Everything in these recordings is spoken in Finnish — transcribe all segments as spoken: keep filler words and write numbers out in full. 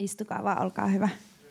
Istukaa vaan, olkaa hyvä.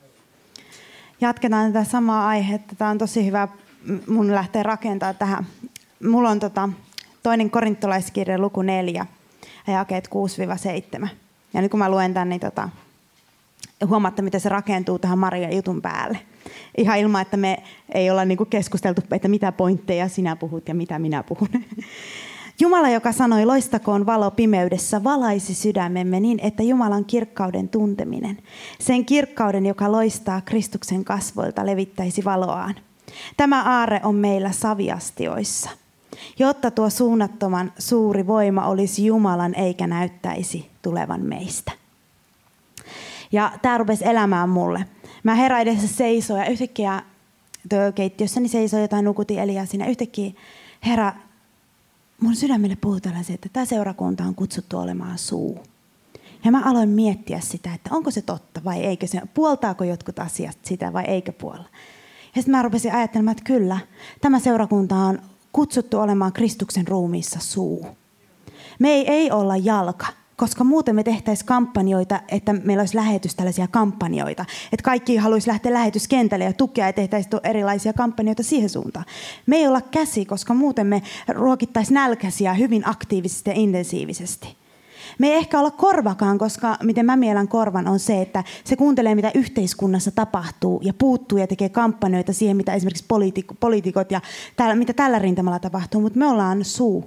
Jatketaan tätä samaa aihetta. Tämä on tosi hyvä mun lähteä rakentamaan tähän. Mulla on tota, toinen korintolaiskirja luku neljä ja jakeet kuusi seitsemän. Ja nyt kun mä luen tämän, niin tota, huomaatte, miten se rakentuu tähän Marian jutun päälle. Ihan ilman, että me ei olla niinku keskusteltu, että mitä pointteja sinä puhut ja mitä minä puhun. Jumala, joka sanoi, loistakoon valo pimeydessä, valaisi sydämemme niin, että Jumalan kirkkauden tunteminen, sen kirkkauden, joka loistaa Kristuksen kasvoilta, levittäisi valoaan. Tämä aarre on meillä saviastioissa, jotta tuo suunnattoman suuri voima olisi Jumalan eikä näyttäisi tulevan meistä. Ja tämä rupesi elämään mulle. Mä herään edessä seisoo ja yhtäkkiä keittiössäni seisoo jotain, nukutin Eliaa siinä. Yhtäkkiä herra, mun sydämelle puhuu tällaisia, että tämä seurakunta on kutsuttu olemaan suu. Ja mä aloin miettiä sitä, että onko se totta vai eikö se, puoltaako jotkut asiat sitä vai eikö puolla. Ja sitten mä rupesin ajattelemaan, että kyllä, tämä seurakunta on kutsuttu olemaan Kristuksen ruumiissa suu. Me ei, ei olla jalka. Koska muuten me tehtäisiin kampanjoita, että meillä olisi lähetys tällaisia kampanjoita. Että kaikki haluaisi lähteä lähetyskentälle ja tukea ja tehtäisiin erilaisia kampanjoita siihen suuntaan. Me ei olla käsi, koska muuten me ruokittaisiin nälkäisiä hyvin aktiivisesti ja intensiivisesti. Me ei ehkä olla korvakaan, koska miten mä mielen korvan on se, että se kuuntelee mitä yhteiskunnassa tapahtuu ja puuttuu ja tekee kampanjoita siihen, mitä esimerkiksi poliitikot ja täällä, mitä tällä rintamalla tapahtuu. Mutta me ollaan suu.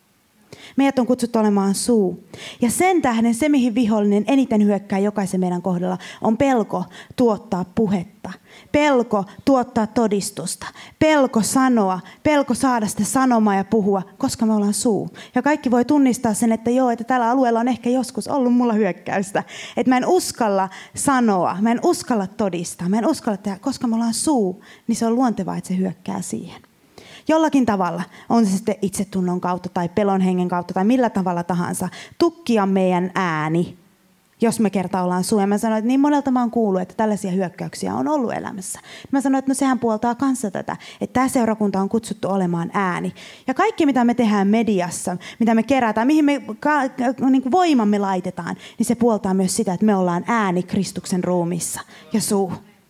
Meidät on kutsuttu olemaan suu. Ja sen tähden se, mihin vihollinen eniten hyökkää jokaisen meidän kohdalla, on pelko tuottaa puhetta. Pelko tuottaa todistusta. Pelko sanoa. Pelko saada sitä sanomaa ja puhua, koska me ollaan suu. Ja kaikki voi tunnistaa sen, että joo, että tällä alueella on ehkä joskus ollut mulla hyökkäystä. Että mä en uskalla sanoa, mä en uskalla todistaa, mä en uskalla tehdä, koska me ollaan suu, niin se on luontevaa, että se hyökkää siihen. Jollakin tavalla, on se sitten itsetunnon kautta tai pelon hengen kautta tai millä tavalla tahansa, tukkia meidän ääni, jos me kerta ollaan suu. Ja mä sanoin, että niin monelta mä oon kuullut, että tällaisia hyökkäyksiä on ollut elämässä. Mä sanoin, että no sehän puoltaa kanssa tätä, että tämä seurakunta on kutsuttu olemaan ääni. Ja kaikki, mitä me tehdään mediassa, mitä me kerätään, mihin me niin kuin voimamme laitetaan, niin se puoltaa myös sitä, että me ollaan ääni Kristuksen ruumissa ja suu.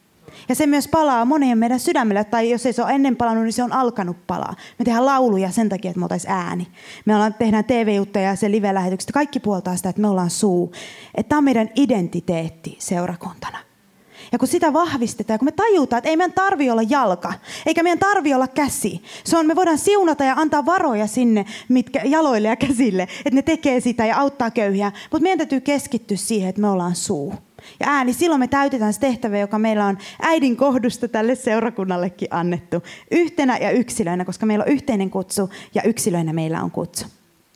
Ja se myös palaa monien meidän sydämellä, tai jos ei se ole ennen palannut, niin se on alkanut palaa. Me tehdään lauluja sen takia, että me oltaisiin ääni. Me ollaan, tehdään T V-juttuja ja se live-lähetykset. Kaikki puoltaa sitä, että me ollaan suu. Että tämä on meidän identiteetti seurakuntana. Ja kun sitä vahvistetaan, kun me tajutaan, että ei meidän tarvitse olla jalka, eikä meidän tarvitse olla käsi. Se on, me voidaan siunata ja antaa varoja sinne mitkä, jaloille ja käsille, että ne tekee sitä ja auttaa köyhiä. Mutta meidän täytyy keskittyä siihen, että me ollaan suu. Ja ääni, silloin me täytetään se tehtävä, joka meillä on äidin kohdusta tälle seurakunnallekin annettu. Yhtenä ja yksilöinä, koska meillä on yhteinen kutsu ja yksilöinä meillä on kutsu.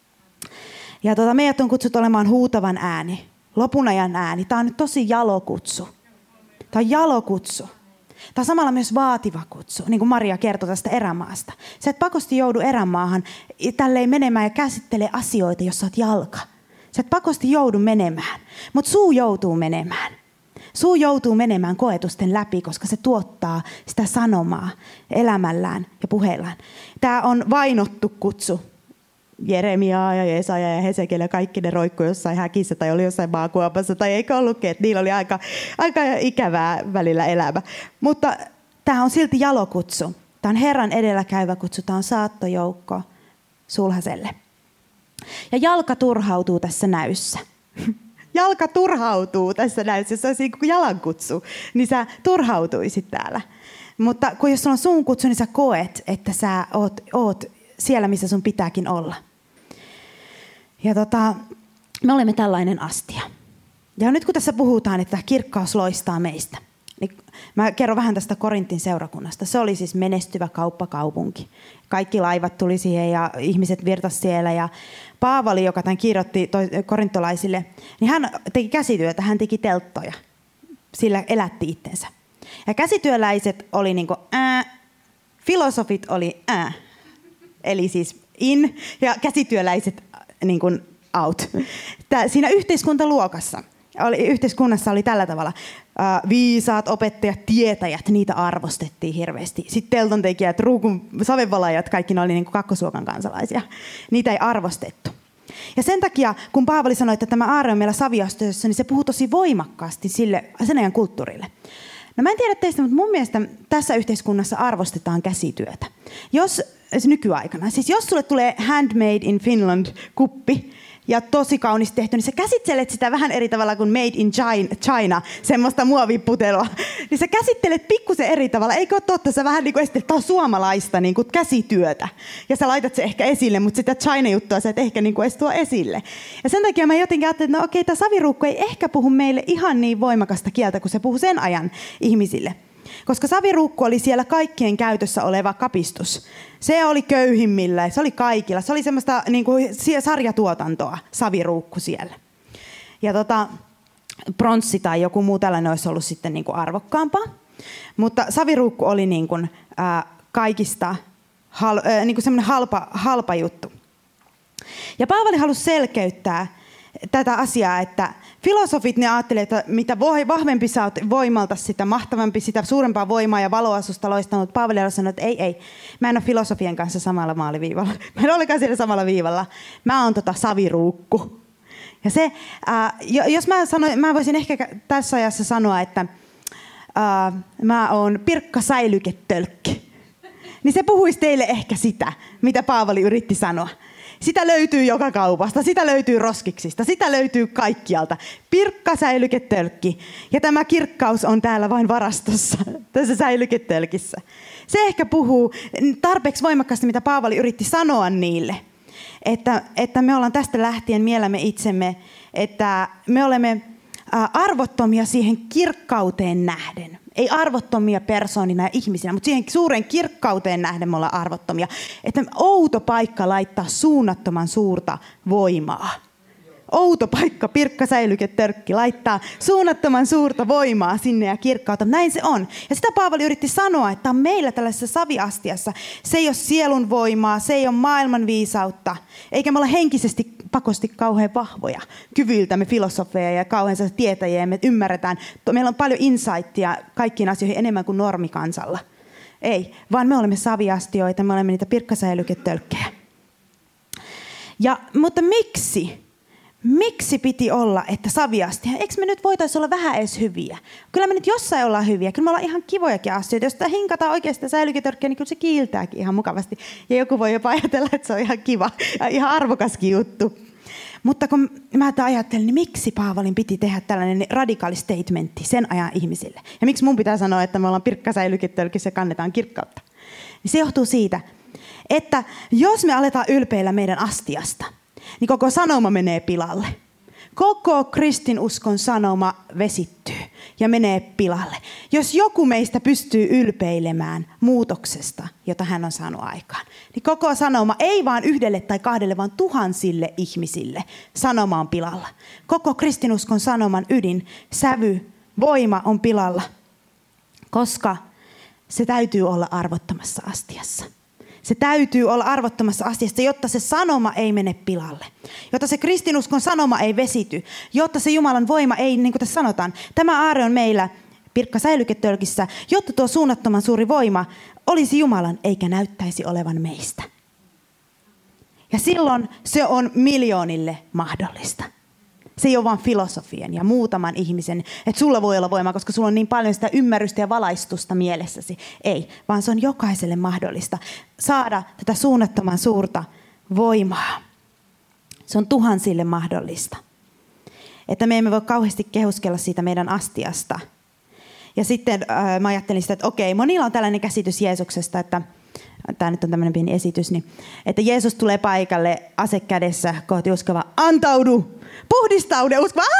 Ja tuota, meidät on kutsuttu olemaan huutavan ääni, lopun ajan ääni. Tämä on nyt tosi jalo kutsu. Tämä on jalo kutsu. Tämä on samalla myös vaativa kutsu, niin kuin Maria kertoi tästä erämaasta. Sä et pakosti joudu erämaahan tälleen menemään ja käsittele asioita, jos sä oot jalka. Sä et pakosti joudu menemään, mutta suu joutuu menemään. Suu joutuu menemään koetusten läpi, koska se tuottaa sitä sanomaa elämällään ja puheillaan. Tämä on vainottu kutsu. Jeremiaa ja Jesaja ja Hesekiel ja kaikki ne roikkui jossain häkissä tai oli jossain maakuopassa tai eikö ollutkin, että niillä oli aika, aika ikävää välillä elämä. Mutta tämä on silti jalokutsu. Tämä on Herran edellä käyvä kutsu, tämä on saattojoukko sulhaselle. Ja jalka turhautuu tässä näyssä. Jalka turhautuu tässä näyssä. Jos se olisi niin kuin jalankutsu, niin sä turhautuisit täällä. Mutta kun jos sulla on suun kutsu, niin sä koet, että sä oot, oot siellä, missä sun pitääkin olla. Ja tota, me olemme tällainen astia. Ja nyt kun tässä puhutaan, että kirkkaus loistaa meistä, niin mä kerron vähän tästä Korintin seurakunnasta. Se oli siis menestyvä kauppakaupunki. Kaikki laivat tuli siihen ja ihmiset virtasi siellä. Ja Paavali, joka tämän kirjoitti korintolaisille, niin hän teki käsityötä, hän teki telttoja. Sillä elätti itsensä. Ja käsityöläiset oli niin kuin ää, filosofit oli ää, eli siis in, ja käsityöläiset niin kuin out. Tää, siinä yhteiskuntaluokassa. Oli, yhteiskunnassa oli tällä tavalla. Uh, viisaat opettajat, tietäjät, niitä arvostettiin hirveästi. Sitten teltontekijät, ruukun, savenvalajat, kaikki ne oli niin kuin kakkosluokan kansalaisia. Niitä ei arvostettu. Ja sen takia, kun Paavali sanoi, että tämä aarre on meillä saviastiossa, niin se puhuu tosi voimakkaasti sille, sen ajan kulttuurille. No mä en tiedä teistä, mutta mun mielestä tässä yhteiskunnassa arvostetaan käsityötä. Jos nykyaikana, siis jos sulle tulee Handmade in Finland -kuppi, ja tosi kaunis tehty, niin sä käsittelet sitä vähän eri tavalla kuin Made in China, semmoista muoviputelua. Niin sä käsittelet pikkusen eri tavalla. Eikö ole totta? Sä vähän niin kuin esittelet, että on suomalaista niin kuin käsityötä. Ja sä laitat se ehkä esille, mutta sitä China-juttua sä et ehkä niin kuin edes tuo esille. Ja sen takia mä jotenkin ajattelin, että no okei, tämä saviruukku ei ehkä puhu meille ihan niin voimakasta kieltä, kuin se puhuu sen ajan ihmisille. Koska saviruukku oli siellä kaikkien käytössä oleva kapistus. Se oli köyhimmillä, se oli kaikilla. Se oli semmoista niin kuin sarjatuotantoa, saviruukku siellä. Ja tota, pronssi tai joku muu tällainen olisi ollut sitten niin kuin arvokkaampaa. Mutta saviruukku oli niin kuin, äh, kaikista hal, äh, niin kuin semmoinen halpa, halpa juttu. Ja Paavali halusi selkeyttää tätä asiaa, että filosofit ne ajattelevat, että mitä vahvempi sä oot voimalta, sitä mahtavampi, sitä suurempaa voimaa ja valoa susta loistanut. Paavali sanoi, että ei, ei, mä en ole filosofien kanssa samalla maaliviivalla. Mä en olekaan siellä samalla viivalla. Mä oon tota saviruukku. Ja se, äh, jos mä, sanoin, mä voisin ehkä tässä ajassa sanoa, että äh, mä oon Pirkka Säilyketölkki. Niin se puhuisi teille ehkä sitä, mitä Paavali yritti sanoa. Sitä löytyy joka kaupasta, sitä löytyy roskiksista, sitä löytyy kaikkialta. Pirkka säilyketölkki. Ja tämä kirkkaus on täällä vain varastossa, tässä säilyketölkissä. Se ehkä puhuu tarpeeksi voimakkaasti, mitä Paavali yritti sanoa niille. Että, että me ollaan tästä lähtien mielämme itsemme, että me olemme arvottomia siihen kirkkauteen nähden. Ei arvottomia persoonina ja ihmisinä, mutta siihen suuren kirkkauteen nähden me ollaan arvottomia. Että outo paikka laittaa suunnattoman suurta voimaa. Outo paikka, Pirkka Säilyketölkki, laittaa suunnattoman suurta voimaa sinne ja kirkkautta. Näin se on. Ja sitä Paavali yritti sanoa, että on meillä tällaisessa saviastiassa. Se ei ole sielun voimaa, se ei ole maailman viisautta. Eikä me olla henkisesti pakosti kauhean vahvoja kyvyiltämme filosofeja ja kauhean tietäjiä. Me ymmärretään, meillä on paljon insightia kaikkiin asioihin enemmän kuin normikansalla. Ei, vaan me olemme saviastioita, me olemme niitä Pirkka Säilyketölkkejä. Ja, mutta miksi? Miksi piti olla, että saviastia? Eikö me nyt voitaisiin olla vähän edes hyviä? Kyllä me nyt jossain ollaan hyviä. Kyllä me ollaan ihan kivojakin asioita. Jos sitä hinkataan oikeasti säilyketölkkiä, niin kyllä se kiiltääkin ihan mukavasti. Ja joku voi jopa ajatella, että se on ihan kiva ja ihan arvokaskin juttu. Mutta kun mä ajattelin, niin miksi Paavalin piti tehdä tällainen radikaali statementti sen ajan ihmisille? Ja miksi mun pitää sanoa, että me ollaan Pirkka Säilyketölkissä ja kannetaan kirkkautta? Niin se johtuu siitä, että jos me aletaan ylpeillä meidän astiasta, niin koko sanoma menee pilalle. Koko kristinuskon sanoma vesittyy ja menee pilalle. Jos joku meistä pystyy ylpeilemään muutoksesta, jota hän on saanut aikaan, niin koko sanoma ei vaan yhdelle tai kahdelle, vaan tuhansille ihmisille sanoma on pilalla. Koko kristinuskon sanoman ydin, sävy, voima on pilalla, koska se täytyy olla arvottomassa astiassa. Se täytyy olla arvottomassa asiasta, jotta se sanoma ei mene pilalle. Jotta se kristinuskon sanoma ei vesity. Jotta se Jumalan voima ei, niin kuin tässä sanotaan, tämä aarre on meillä Pirkka Säilyketölkissä, jotta tuo suunnattoman suuri voima olisi Jumalan eikä näyttäisi olevan meistä. Ja silloin se on miljoonille mahdollista. Se ei ole vain filosofien ja muutaman ihmisen, että sulla voi olla voima, koska sulla on niin paljon sitä ymmärrystä ja valaistusta mielessäsi. Ei, vaan se on jokaiselle mahdollista saada tätä suunnattoman suurta voimaa. Se on tuhansille mahdollista. Että me emme voi kauheasti kehuskella siitä meidän astiasta. Ja sitten äh, mä ajattelin sitä, että okei, monilla on tällainen käsitys Jeesuksesta, että tämä nyt on tämmöinen pieni esitys, niin, että Jeesus tulee paikalle ase kädessä kohti uskovaa, antaudu, puhdistaudu ja uskova,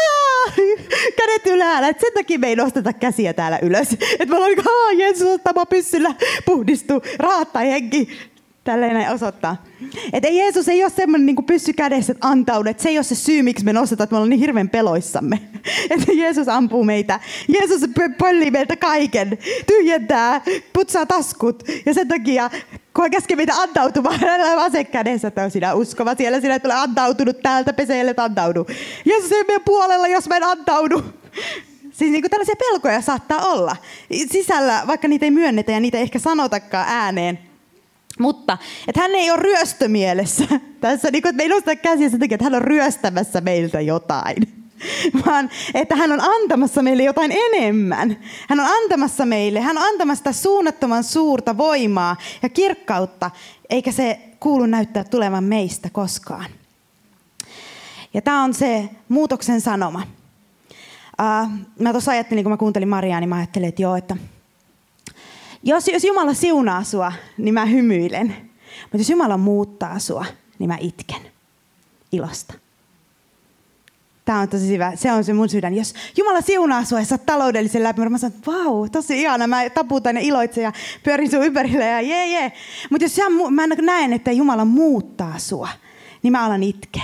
kädet ylhäällä. Et sen takia me ei nosteta käsiä täällä ylös. Että me ollaan niin kuin, Jeesus ottaa pyssyllä, puhdistu, raattaa henki. Tälleen näin osoittaa. Että Jeesus ei ole semmoinen niin kuin pyssy kädessä, että antaudu. Että se ei ole se syy, miksi me nostetaan, että me ollaan niin hirveän peloissamme. Että Jeesus ampuu meitä. Jeesus pöllii meiltä kaiken. Tyhjentää, putsaa taskut. Ja sen takia, kun hän käskee meitä antautumaan, hänellä on ase kädessä, että on sinä uskova. Siellä sinä et ole antautunut täältä peseelle, että antaudu. Jeesus ei mene puolella, jos mä en antaudu. Siis niin kuin tällaisia pelkoja saattaa olla sisällä, vaikka niitä ei myönnetä ja niitä ei ehkä sanotakaan ääneen. Mutta että hän ei ole ryöstömielessä. Tässä niin kuin, että me ei nostaa käsiä sen takia, että hän on ryöstämässä meiltä jotain. Vaan että hän on antamassa meille jotain enemmän. Hän on antamassa meille, hän on antamassa sitä suunnattoman suurta voimaa ja kirkkautta, eikä se kuulu näyttää tulevan meistä koskaan. Ja tämä on se muutoksen sanoma. Uh, mä tuossa ajattelin, kun mä kuuntelin Mariaa, niin mä ajattelin, että joo, että jos, jos Jumala siunaa sua, niin mä hymyilen. Mutta jos Jumala muuttaa sua, niin mä itken ilosta. Tämä on tosi hyvä. Se on se mun sydän. Jos Jumala siunaa sua ja sä oot taloudellisen läpi, mä sanon, että vau, tosi ihana. Mä taputan ja iloitsen ja pyörin sun ympärillä ja jee jee. Mutta jos mä näen, että Jumala muuttaa sua, niin mä alan itkeä.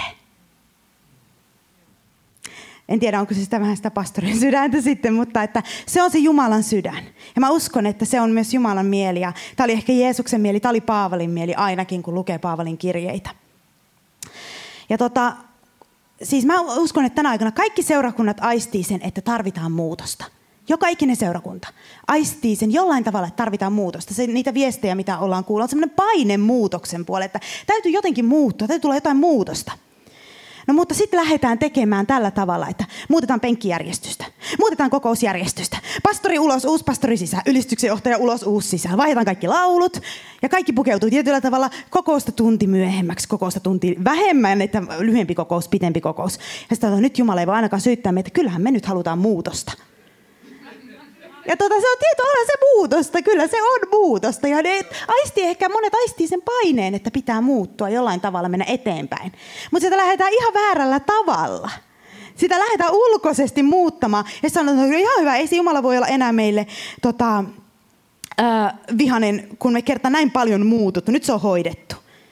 En tiedä, onko se sitä vähän sitä pastorin sydäntä sitten, mutta että se on se Jumalan sydän. Ja mä uskon, että se on myös Jumalan mieli. Ja tämä oli ehkä Jeesuksen mieli, tämä oli Paavalin mieli ainakin, kun lukee Paavalin kirjeitä. Ja tota, siis mä uskon, että tänä aikana kaikki seurakunnat aistii sen, että tarvitaan muutosta. Joka ikinen seurakunta aistii sen jollain tavalla, että tarvitaan muutosta. Se, niitä viestejä, mitä ollaan kuullut, on sellainen paine muutoksen puolelle, että täytyy jotenkin muuttua, täytyy tulla jotain muutosta. No mutta sitten lähdetään tekemään tällä tavalla, että muutetaan penkkijärjestystä, muutetaan kokousjärjestystä, pastori ulos, uusi pastori sisään, ylistyksen johtaja ulos, uusi sisään, vaihdetaan kaikki laulut ja kaikki pukeutuu tietyllä tavalla kokousta tunti myöhemmäksi, kokousta tunti vähemmän, että lyhyempi kokous, pitempi kokous. Ja sitten on, nyt Jumala ei voi ainakaan syyttää meitä, että kyllähän me nyt halutaan muutosta. Ja tota, se on tietoa se muutosta, kyllä se on muutosta. Ja ne aistii ehkä, monet aistii sen paineen, että pitää muuttua jollain tavalla, mennä eteenpäin. Mutta sitä lähdetään ihan väärällä tavalla. Sitä lähdetään ulkoisesti muuttamaan. Ja sanotaan, että ihan hyvä, ei se Jumala voi olla enää meille tota, äh, vihainen, kun me kertaa näin paljon muututtu. Nyt se on hoidettu.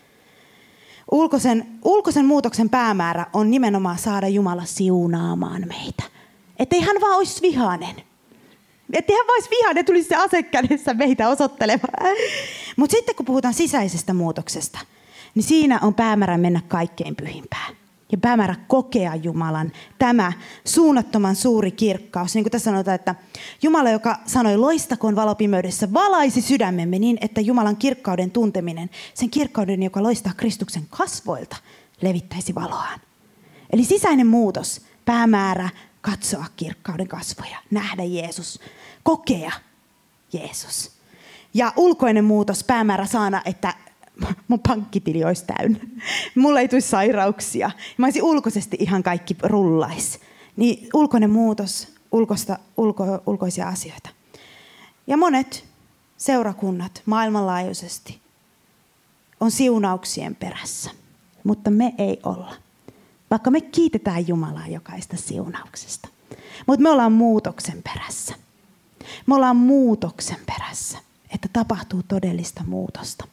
Ulkoisen, ulkoisen muutoksen päämäärä on nimenomaan saada Jumala siunaamaan meitä. Että ei hän vaan olisi vihainen. Että hän voisi vihainen, tulisi se ase kädessä meitä osoittelemaan. Mutta sitten kun puhutaan sisäisestä muutoksesta, niin siinä on päämäärä mennä kaikkein pyhimpään. Ja päämäärä kokea Jumalan tämä suunnattoman suuri kirkkaus. Niin kuin tässä sanotaan, että Jumala, joka sanoi loistakoon valopimeydessä, valaisi sydämemme niin, että Jumalan kirkkauden tunteminen, sen kirkkauden, joka loistaa Kristuksen kasvoilta, levittäisi valoaan. Eli sisäinen muutos, päämäärä, katsoa kirkkauden kasvoja, nähdä Jeesus, kokea Jeesus. Ja ulkoinen muutos, päämäärä saada, että mun pankkitili olisi täynnä. Mulla ei tulisi sairauksia. Mä olisin ulkoisesti ihan kaikki rullais. Niin ulkoinen muutos, ulkoista, ulko, ulkoisia asioita. Ja monet seurakunnat maailmanlaajuisesti on siunauksien perässä, mutta me ei olla. Vaikka me kiitetään Jumalaa jokaista siunauksesta. Mutta me ollaan muutoksen perässä. Me ollaan muutoksen perässä, että tapahtuu todellista muutosta.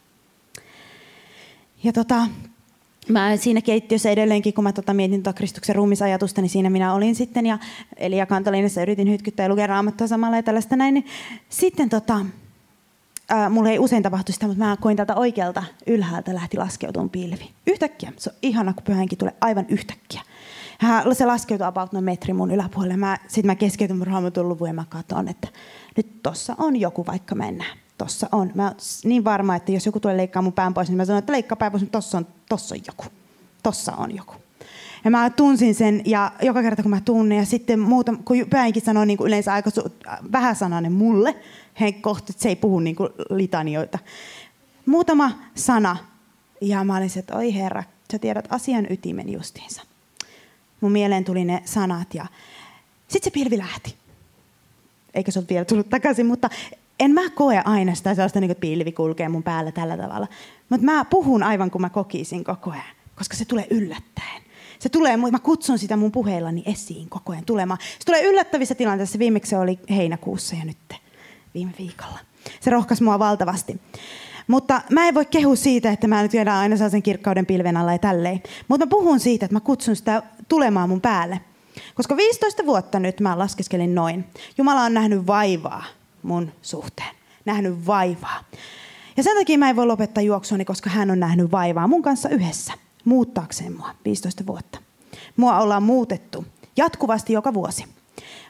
Ja tota, mä siinä keittiössä edelleenkin, kun mä tota mietin tota Kristuksen ruumisajatusta, niin siinä minä olin sitten. Ja Elia Kantaliinassa yritin hytkyttää ja lukea Raamattua samalla ja tällaista näin. Niin sitten tota, ää, mulle ei usein tapahtu sitä, mutta mä koin tältä oikealta ylhäältä lähti laskeutumaan pilvi. Yhtäkkiä. Se on ihana, kun Pyhä Henki tulee aivan yhtäkkiä. Se laskeutui about noin metri mun yläpuolelle. Mä, sitten mä keskeytyn mun Raamatun luvun ja mä katson, että nyt tossa on joku, vaikka mä en näe. Tossa on. Mä oon niin varma, että jos joku tulee leikkaa mun pään pois, niin mä sanon, että leikkaa pään pois, mutta tossa on, tossa on joku. Tossa on joku. Ja mä tunsin sen, ja joka kerta kun mä tunnen, ja sitten muuta, kun Pyhä Henki sanoo niin kuin yleensä aika vähäsanainen mulle, he kohta, että se ei puhu niin kuin litanioita. Muutama sana, ja mä olin se, että oi Herra, sä tiedät asian ytimen justiinsa. Mun mieleen tuli ne sanat, ja sitten se pilvi lähti. Eikä se ole vielä tullut takaisin, mutta en mä koe aina sitä sellaista, että pilvi kulkee mun päällä tällä tavalla. Mutta mä puhun aivan kuin mä kokisin koko ajan, koska se tulee yllättäen. Se tulee, mä kutsun sitä mun puheillani esiin koko ajan tulemaan. Se tulee yllättävissä tilanteissa. Viimeksi se oli heinäkuussa ja nyt viime viikolla. Se rohkaisi mua valtavasti. Mutta mä en voi kehua siitä, että mä nyt viedään aina sellaisen kirkkauden pilven alla ja tälleen. Mutta mä puhun siitä, että mä kutsun sitä tulemaan mun päälle. Koska viisitoista vuotta nyt mä laskeskelin noin. Jumala on nähnyt vaivaa mun suhteen. Nähnyt vaivaa. Ja sen takia mä en voi lopettaa juoksuani, koska hän on nähnyt vaivaa mun kanssa yhdessä. Muuttaakseen mua viisitoista vuotta. Mua ollaan muutettu jatkuvasti joka vuosi.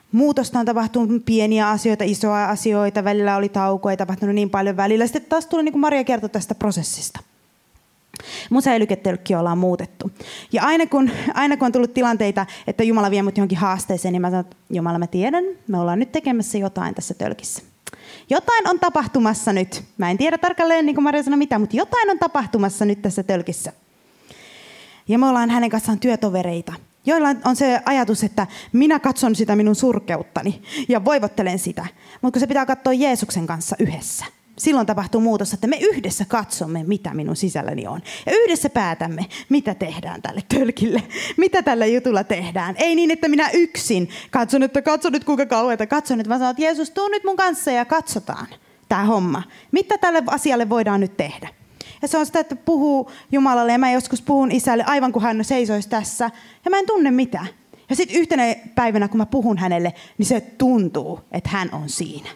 Muutosta on tapahtunut pieniä asioita, isoja asioita, välillä oli taukoja, ei tapahtunut niin paljon välillä. Sitten taas tuli, niin kuin Maria kertoi tästä prosessista. Mun säilyketölkki ollaan muutettu. Ja aina kun, aina kun on tullut tilanteita, että Jumala vie mut johonkin haasteeseen, niin mä sanon, että Jumala, mä tiedän, me ollaan nyt tekemässä jotain tässä tölkissä. Jotain on tapahtumassa nyt. Mä en tiedä tarkalleen, niin kuin Maria sanoi mitä, mutta jotain on tapahtumassa nyt tässä tölkissä. Ja me ollaan hänen kanssaan työtovereita, joilla on se ajatus, että minä katson sitä minun surkeuttani ja voivottelen sitä. Mutta kun se pitää katsoa Jeesuksen kanssa yhdessä. Silloin tapahtuu muutos, että me yhdessä katsomme, mitä minun sisälläni on. Ja yhdessä päätämme, mitä tehdään tälle tölkille. Mitä tällä jutulla tehdään. Ei niin, että minä yksin katson, että katso nyt kuinka kauheata. Katson, että mä sanon, että Jeesus, tuu nyt mun kanssa ja katsotaan tämä homma. Mitä tälle asialle voidaan nyt tehdä. Ja se on sitä, että puhuu Jumalalle ja mä joskus puhun isälle aivan kuin hän seisoisi tässä. Ja mä en tunne mitään. Ja sitten yhtenä päivänä, kun mä puhun hänelle, niin se tuntuu, että hän on siinä.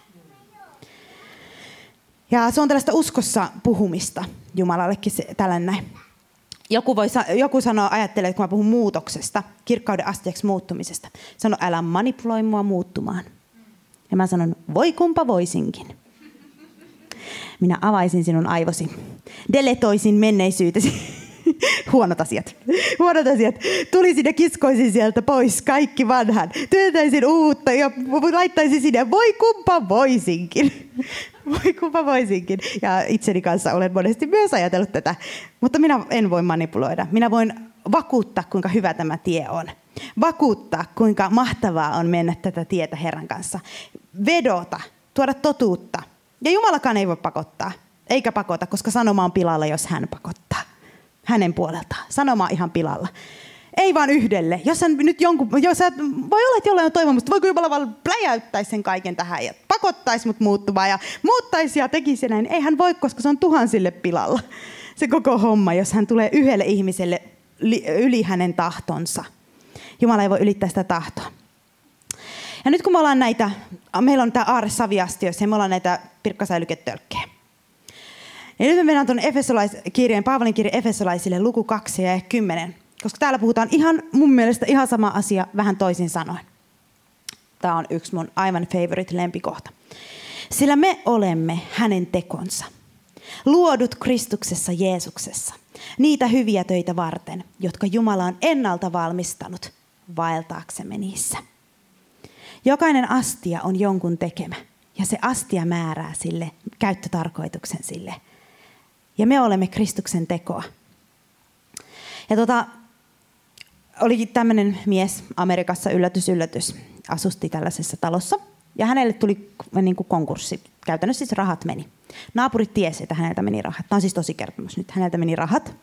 Ja se on tällaista uskossa puhumista Jumalallekin se, tällainen näin. Joku, voi, joku sanoo, ajattelee, että kun mä puhun muutoksesta, kirkkauden asteeksi muuttumisesta, sano, älä manipuloi mua muuttumaan. Ja mä sanon, voi kumpa voisinkin. Minä avaisin sinun aivosi, deletoisin menneisyytesi. Huonot asiat. Huonot asiat. Tulisin ja kiskoisin sieltä pois kaikki vanhan. Työntäisin uutta ja laittaisin sinne, voi kumpa voisinkin. Voi kumpa voisinkin. Ja itseni kanssa olen monesti myös ajatellut tätä. Mutta minä en voi manipuloida. Minä voin vakuuttaa, kuinka hyvä tämä tie on. Vakuuttaa, kuinka mahtavaa on mennä tätä tietä Herran kanssa. Vedota, tuoda totuutta. Ja Jumalakaan ei voi pakottaa. Eikä pakota, koska sanoma on pilalla, jos hän pakottaa. Hänen puoleltaan. Sanoma ihan pilalla. Ei vaan yhdelle. Jos hän nyt jonkun, jos sä, voi olla, että jollain on toivomusta, voiko Jumala vaan pläjäyttäisi sen kaiken tähän ja pakottaisi mut muuttumaan ja muuttaisi ja tekisi näin. Ei hän voi, koska se on tuhansille pilalla. Se koko homma, jos hän tulee yhdelle ihmiselle yli hänen tahtonsa. Jumala ei voi ylittää sitä tahtoa. Ja nyt kun me ollaan näitä, meillä on tämä aarre saviastioissa ja me ollaan näitä pirkkasäilyketölkkejä. Ja nyt me mennään tuonne Efesolaiskirjeen, Paavalin kirjeen Efesolaisille luku kaksi ja kymmenen. Koska täällä puhutaan ihan mun mielestä ihan sama asia vähän toisin sanoen. Tämä on yksi mun aivan favorite lempikohta. Sillä me olemme hänen tekonsa. Luodut Kristuksessa Jeesuksessa. Niitä hyviä töitä varten, jotka Jumala on ennalta valmistanut vaeltaaksemme niissä. Jokainen astia on jonkun tekemä. Ja se astia määrää sille käyttötarkoituksen sille. Ja me olemme Kristuksen tekoa. Ja tota, olikin tämmöinen mies Amerikassa, yllätys, yllätys, asusti tällaisessa talossa. Ja hänelle tuli niin kuin konkurssi. Käytännössä siis rahat meni. Naapurit tiesi, että häneltä meni rahat. Tämä on siis tosi kertomus nyt. Häneltä meni rahat.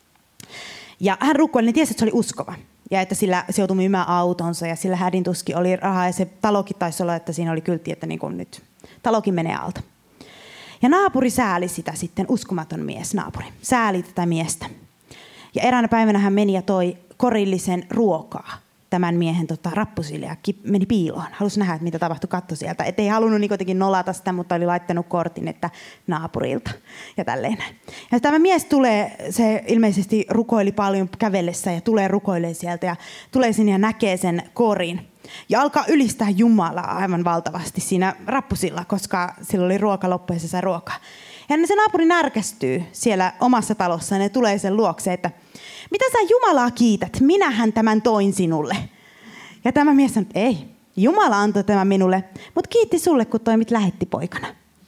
Ja hän rukoili, niin tiesi, että se oli uskova. Ja että sillä se joutui myymään autonsa ja sillä hädin tuski oli rahaa. Ja se talokin taisi olla, että siinä oli kyltti, että niin kuin nyt talokin menee alta. Ja naapuri sääli sitä sitten, uskomaton mies naapuri. Sääli tätä miestä. Ja eräänä päivänä hän meni ja toi korillisen ruokaa tämän miehen tota, rappusille ja meni piiloon. Halusi nähdä, että mitä tapahtui, katso sieltä. Et ei halunnut niin kuitenkin nolata sitä, mutta oli laittanut kortin, että naapurilta ja tälleen. Ja tämä mies tulee, se ilmeisesti rukoili paljon kävellessä ja tulee rukoilemaan sieltä ja tulee sinne ja näkee sen korin. Ja alkaa ylistää Jumalaa aivan valtavasti siinä rappusilla, koska sillä oli ruoka loppu ja se sai ruokaa. Ja se naapuri närkästyy siellä omassa talossaan ja tulee sen luokse, että mitä sä Jumalaa kiität? Minähän tämän toin sinulle. Ja tämä mies sanoi, että ei, Jumala antoi tämän minulle, mutta kiitti sulle, kun toimit lähettipoikana.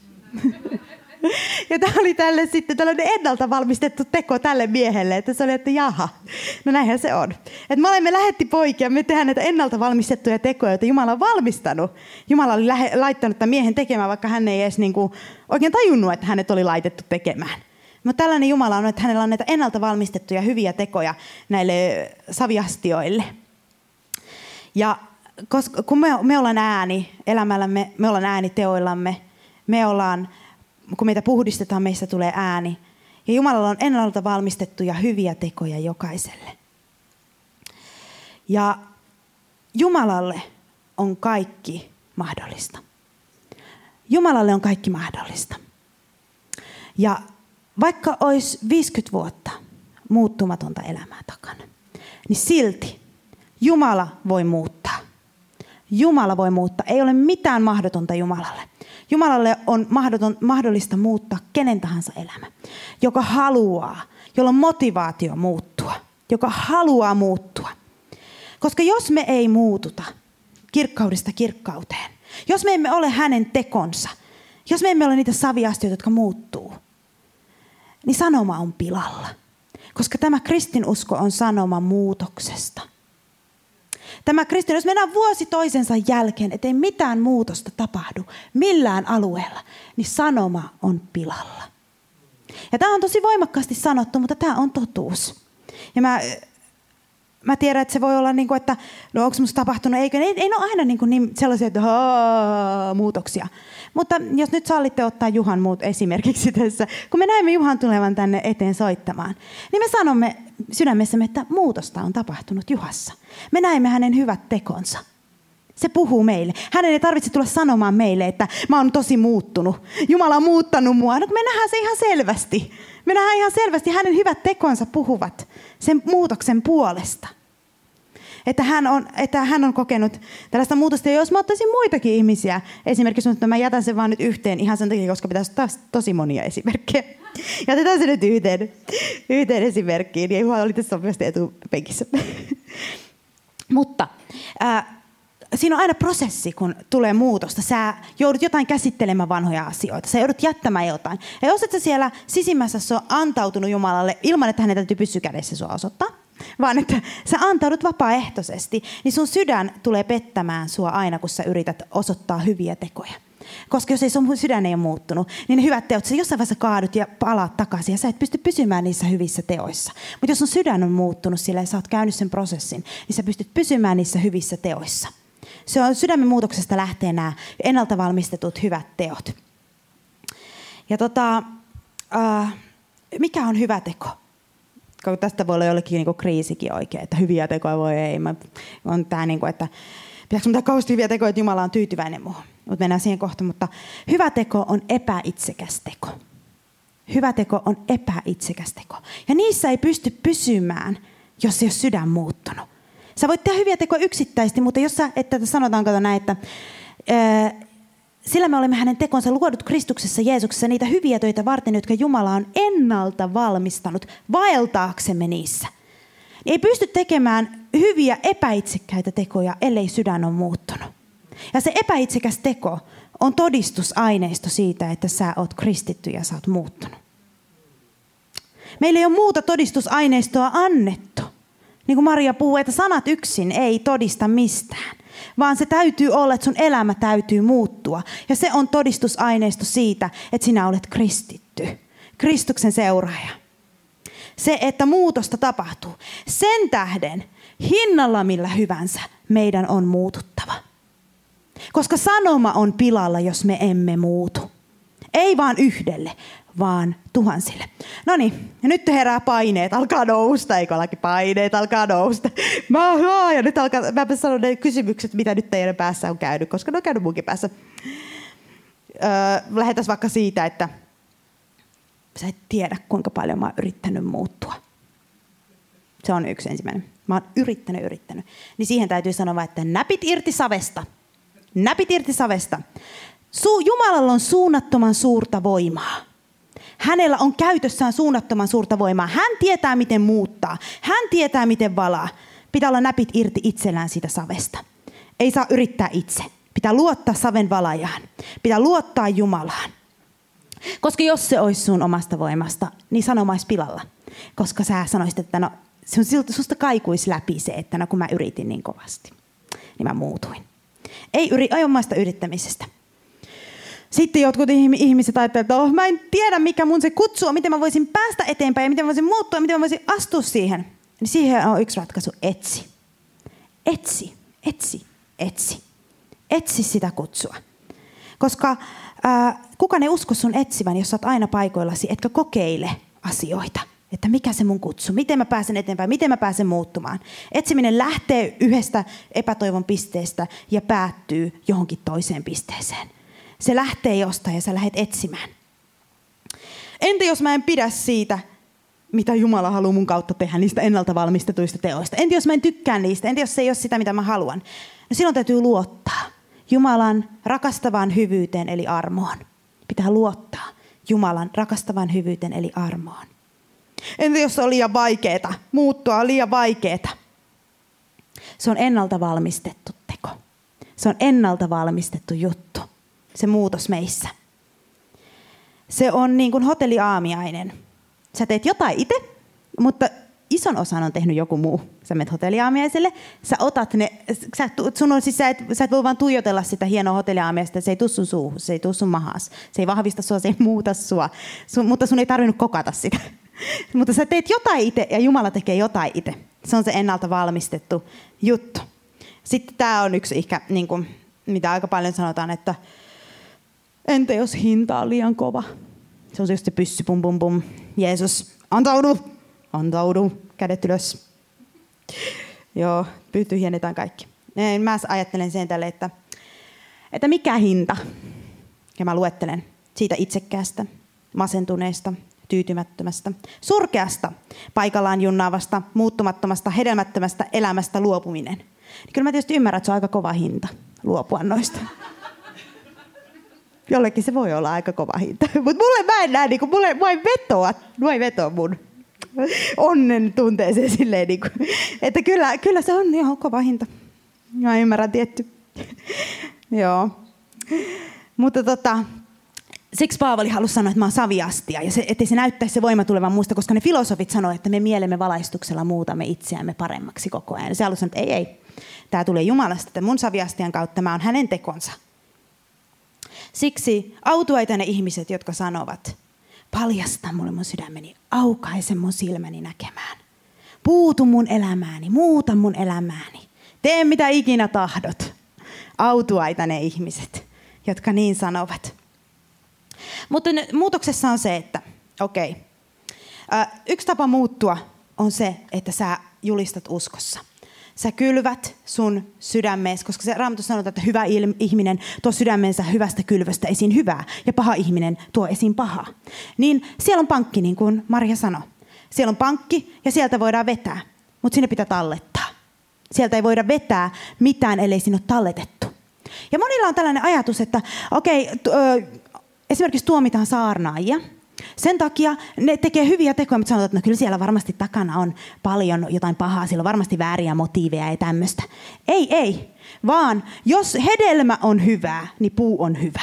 Ja tämä oli tälle sitten tällainen ennalta valmistettu teko tälle miehelle, että se oli, että jaha, no näinhän se on. Että me olemme lähettipoikia, me tehdään näitä ennalta valmistettuja tekoja, joita Jumala on valmistanut. Jumala oli lähe, laittanut tämän miehen tekemään, vaikka hän ei edes niinku oikein tajunnut, että hänet oli laitettu tekemään. Mutta tällainen Jumala on, että hänellä on näitä ennalta valmistettuja hyviä tekoja näille saviastioille. Ja koska, kun me, me ollaan ääni elämällämme, me ollaan ääni teoillamme, me ollaan, kun meitä puhdistetaan, meistä tulee ääni. Ja Jumalalla on ennalta valmistettuja hyviä tekoja jokaiselle. Ja Jumalalle on kaikki mahdollista. Jumalalle on kaikki mahdollista. Ja vaikka olisi viisikymmentä vuotta muuttumatonta elämää takana, niin silti Jumala voi muuttaa. Jumala voi muuttaa. Ei ole mitään mahdotonta Jumalalle. Jumalalle on mahdoton, mahdollista muuttaa kenen tahansa elämä, joka haluaa, jolla on motivaatio muuttua, joka haluaa muuttua. Koska jos me ei muututa kirkkaudesta kirkkauteen, jos me emme ole hänen tekonsa, jos me emme ole niitä saviastioita, jotka muuttuu, niin sanoma on pilalla. Koska tämä kristinusko on sanoma muutoksesta. Tämä kristin, jos mennään vuosi toisensa jälkeen, ettei mitään muutosta tapahdu millään alueella, niin sanoma on pilalla. Ja tämä on tosi voimakkaasti sanottu, mutta tämä on totuus. Ja mä, mä tiedän, että se voi olla niin kuin, että no onko musta tapahtunut, eikö? Ei, ei ole aina niin kuin niin sellaisia, että haa, muutoksia. Mutta jos nyt sallitte ottaa Juhan muut esimerkiksi tässä, kun me näemme Juhan tulevan tänne eteen soittamaan, niin me sanomme sydämessämme, että muutosta on tapahtunut Juhassa. Me näemme hänen hyvät tekonsa. Se puhuu meille. Hänen ei tarvitse tulla sanomaan meille, että mä oon tosi muuttunut. Jumala on muuttanut mua. No, me nähdään se ihan selvästi. Me nähdään ihan selvästi, hänen hyvät tekonsa puhuvat sen muutoksen puolesta. Että hän on, että hän on kokenut tällaista muutosta. Ja jos mä ottaisin muitakin ihmisiä, esimerkiksi, mutta mä jätän sen vaan nyt yhteen ihan sen takia, koska pitäisi taas tosi monia esimerkkejä. Jätetään se nyt yhteen, yhteen esimerkkiin. Ja Juha oli tässä sopivasti etupenkissä. Mutta ää, siinä on aina prosessi, kun tulee muutosta. Sä joudut jotain käsittelemään vanhoja asioita. Sä joudut jättämään jotain. Ja jos et sä siellä sisimmässä ole antautunut Jumalalle ilman, että hänen täytyy pyssy kädessä sua osoittaa, vaan että sä antaudut vapaaehtoisesti, niin sun sydän tulee pettämään sua aina, kun sä yrität osoittaa hyviä tekoja. Koska jos ei sun sydän ei ole muuttunut, niin ne hyvät teot, sä jossain vaiheessa kaadut ja palaat takaisin ja sä et pysty pysymään niissä hyvissä teoissa. Mutta jos sun sydän on muuttunut sillä ja sä oot käynyt sen prosessin, niin sä pystyt pysymään niissä hyvissä teoissa. Se on sydämen muutoksesta lähtee nämä ennalta valmistetut hyvät teot. Ja tota, äh, mikä on hyvä teko? Tästä voi olla jollekin niinku kriisikin oikein, että hyviä tekoja voi ei. Mä, on tää niinku, että pitääkö mitään kauheasti hyviä tekoja, että Jumala on tyytyväinen muuhun. Mutta mennään siihen kohta. Mutta hyvä teko on epäitsekäs teko. Hyvä teko on epäitsekäs teko. Ja niissä ei pysty pysymään, jos ei ole sydän muuttunut. Sä voit tehdä hyviä tekoja yksittäisesti, mutta jos sä, että sanotaan kato näin, että ää, sillä me olemme hänen tekonsa luodut Kristuksessa Jeesuksessa niitä hyviä töitä varten, jotka Jumala on ennalta valmistanut vaeltaaksemme niissä. Ei pysty tekemään hyviä epäitsekkäitä tekoja, ellei sydän on muuttunut. Ja se epäitsekäs teko on todistusaineisto siitä, että sä oot kristitty ja sä oot muuttunut. Meillä ei ole muuta todistusaineistoa annettu. Niin kuin Maria puhuu, että sanat yksin ei todista mistään, vaan se täytyy olla, että sun elämä täytyy muuttua. Ja se on todistusaineisto siitä, että sinä olet kristitty, Kristuksen seuraaja. Se, että muutosta tapahtuu. Sen tähden hinnalla millä hyvänsä meidän on muututtava. Koska sanoma on pilalla, jos me emme muutu. Ei vaan yhdelle, vaan tuhansille. No niin, ja nyt herää paineet, alkaa nousta, eikö ollakin paineet, alkaa nousta. Mä, ja nyt alkaa, mä sanon ne kysymykset, mitä nyt teidän päässä on käynyt, koska ne on käynyt munkin päässä. Öö, lähdetään vaikka siitä, että sä et tiedä, kuinka paljon mä oon yrittänyt muuttua. Se on yksi ensimmäinen. Mä oon yrittänyt, yrittänyt. Niin siihen täytyy sanoa, että näpit irti savesta. Näpit irti savesta. Su- Jumalalla on suunnattoman suurta voimaa. Hänellä on käytössään suunnattoman suurta voimaa. Hän tietää, miten muuttaa. Hän tietää, miten valaa. Pitää olla näpit irti itsellään siitä savesta. Ei saa yrittää itse. Pitää luottaa saven valajaan. Pitää luottaa Jumalaan. Koska jos se olisi sun omasta voimasta, niin sanoma olisi pilalla. Koska sä sanoisit, että no, susta kaikuisi läpi se, että no kun mä yritin niin kovasti, niin mä muutuin. Ei, yri, ei omasta yrittämisestä. Sitten jotkut ihmiset ajattelevat, että oh, mä en tiedä mikä mun se kutsu on, miten mä voisin päästä eteenpäin ja miten mä voisin muuttua, miten mä voisin astua siihen. Niin siihen on yksi ratkaisu, etsi. Etsi, etsi, etsi. Etsi sitä kutsua. Koska äh, kukaan ei usko sun etsivän, jos sä oot aina paikoillasi, etkä kokeile asioita. Että mikä se mun kutsu, miten mä pääsen eteenpäin, miten mä pääsen muuttumaan. Etsiminen lähtee yhdestä epätoivon pisteestä ja päättyy johonkin toiseen pisteeseen. Se lähtee jostain ja sä lähdet etsimään. Entä jos mä en pidä siitä, mitä Jumala haluaa mun kautta tehdä, niistä ennalta valmistetuista teoista. Entä jos mä en tykkää niistä? Entä jos se ei ole sitä, mitä mä haluan? No silloin täytyy luottaa Jumalan rakastavaan hyvyyteen, eli armoon. Pitää luottaa Jumalan rakastavaan hyvyyteen, eli armoon. Entä jos se on liian vaikeeta? Muuttua on liian vaikeeta. Se on ennalta valmistettu teko. Se on ennalta valmistettu juttu. Se muutos meissä. Se on niin kuin hotelliaamiainen. Sä teet jotain itse, mutta ison osan on tehnyt joku muu. Sä menet hotelliaamiaiselle, sä otat ne, sä, sun on, siis sä, et, sä et voi vaan tuijotella sitä hienoa hotelliaamiaista, se ei tuu sun suuhun, se ei tuu sun mahas, se ei vahvista sua, se ei muuta sua, sun, mutta sun ei tarvinnut kokata sitä. Mutta sä teet jotain itse ja Jumala tekee jotain itse. Se on se ennalta valmistettu juttu. Sitten tää on yksi ehkä, niin kuin, mitä aika paljon sanotaan, että entä jos hinta on liian kova? Se on just se pyssy, pum pum pum. Jeesus, antaudu, antaudu, kädet ylös. Joo, tyhjennetään kaikki. Mä ajattelen sen tälle, että, että mikä hinta? Ja mä luettelen siitä itsekkäästä, masentuneesta, tyytymättömästä, surkeasta, paikallaan junnaavasta, muuttumattomasta, hedelmättömästä elämästä luopuminen. Niin kyllä mä tietysti ymmärrän, että se on aika kova hinta luopua noista. Jollekin se voi olla aika kova hinta. Mutta mulle mä en näe, niin kuin, mulle vain vetoa, vain vetoa mun onnen tunteeseen silleen, niin kuin, että kyllä, kyllä se on ihan kova hinta. Mä ymmärrän tietty. Joo. Mutta tota, siksi Paavali halusi sanoa, että mä oon saviastia, ja se, ettei se näyttäisi se voima tulevan muusta, koska ne filosofit sanoivat, että me mielemme valaistuksella muutamme itseämme paremmaksi koko ajan. Ja se halusi sanoa, että ei, ei, tämä tulee Jumalasta, että mun saviastian kautta mä oon hänen tekonsa. Siksi autuaita ne ihmiset, jotka sanovat, paljasta mulle mun sydämeni, aukaise mun silmäni näkemään. Puutu mun elämääni, muuta mun elämääni. Tee mitä ikinä tahdot. Autuaita ne ihmiset, jotka niin sanovat. Mutta muutoksessa on se, että okei, okay, yksi tapa muuttua on se, että sä julistat uskossa. Sä kylvät sun sydämeesi, koska se Raamattu sanotaan, että hyvä ihminen tuo sydämensä hyvästä kylvöstä esiin hyvää ja paha ihminen tuo esiin pahaa. Niin siellä on pankki, niin kuin Maria sanoi. Siellä on pankki ja sieltä voidaan vetää, mutta sinne pitää tallettaa. Sieltä ei voida vetää mitään, ellei siinä ole talletettu. Ja monilla on tällainen ajatus, että okei, okay, esimerkiksi tuomitaan saarnaajia. Sen takia ne tekee hyviä tekoja, mutta sanotaan, että no kyllä siellä varmasti takana on paljon jotain pahaa, siellä on varmasti vääriä motiiveja ja tämmöistä. Ei, ei, vaan jos hedelmä on hyvää, niin puu on hyvä.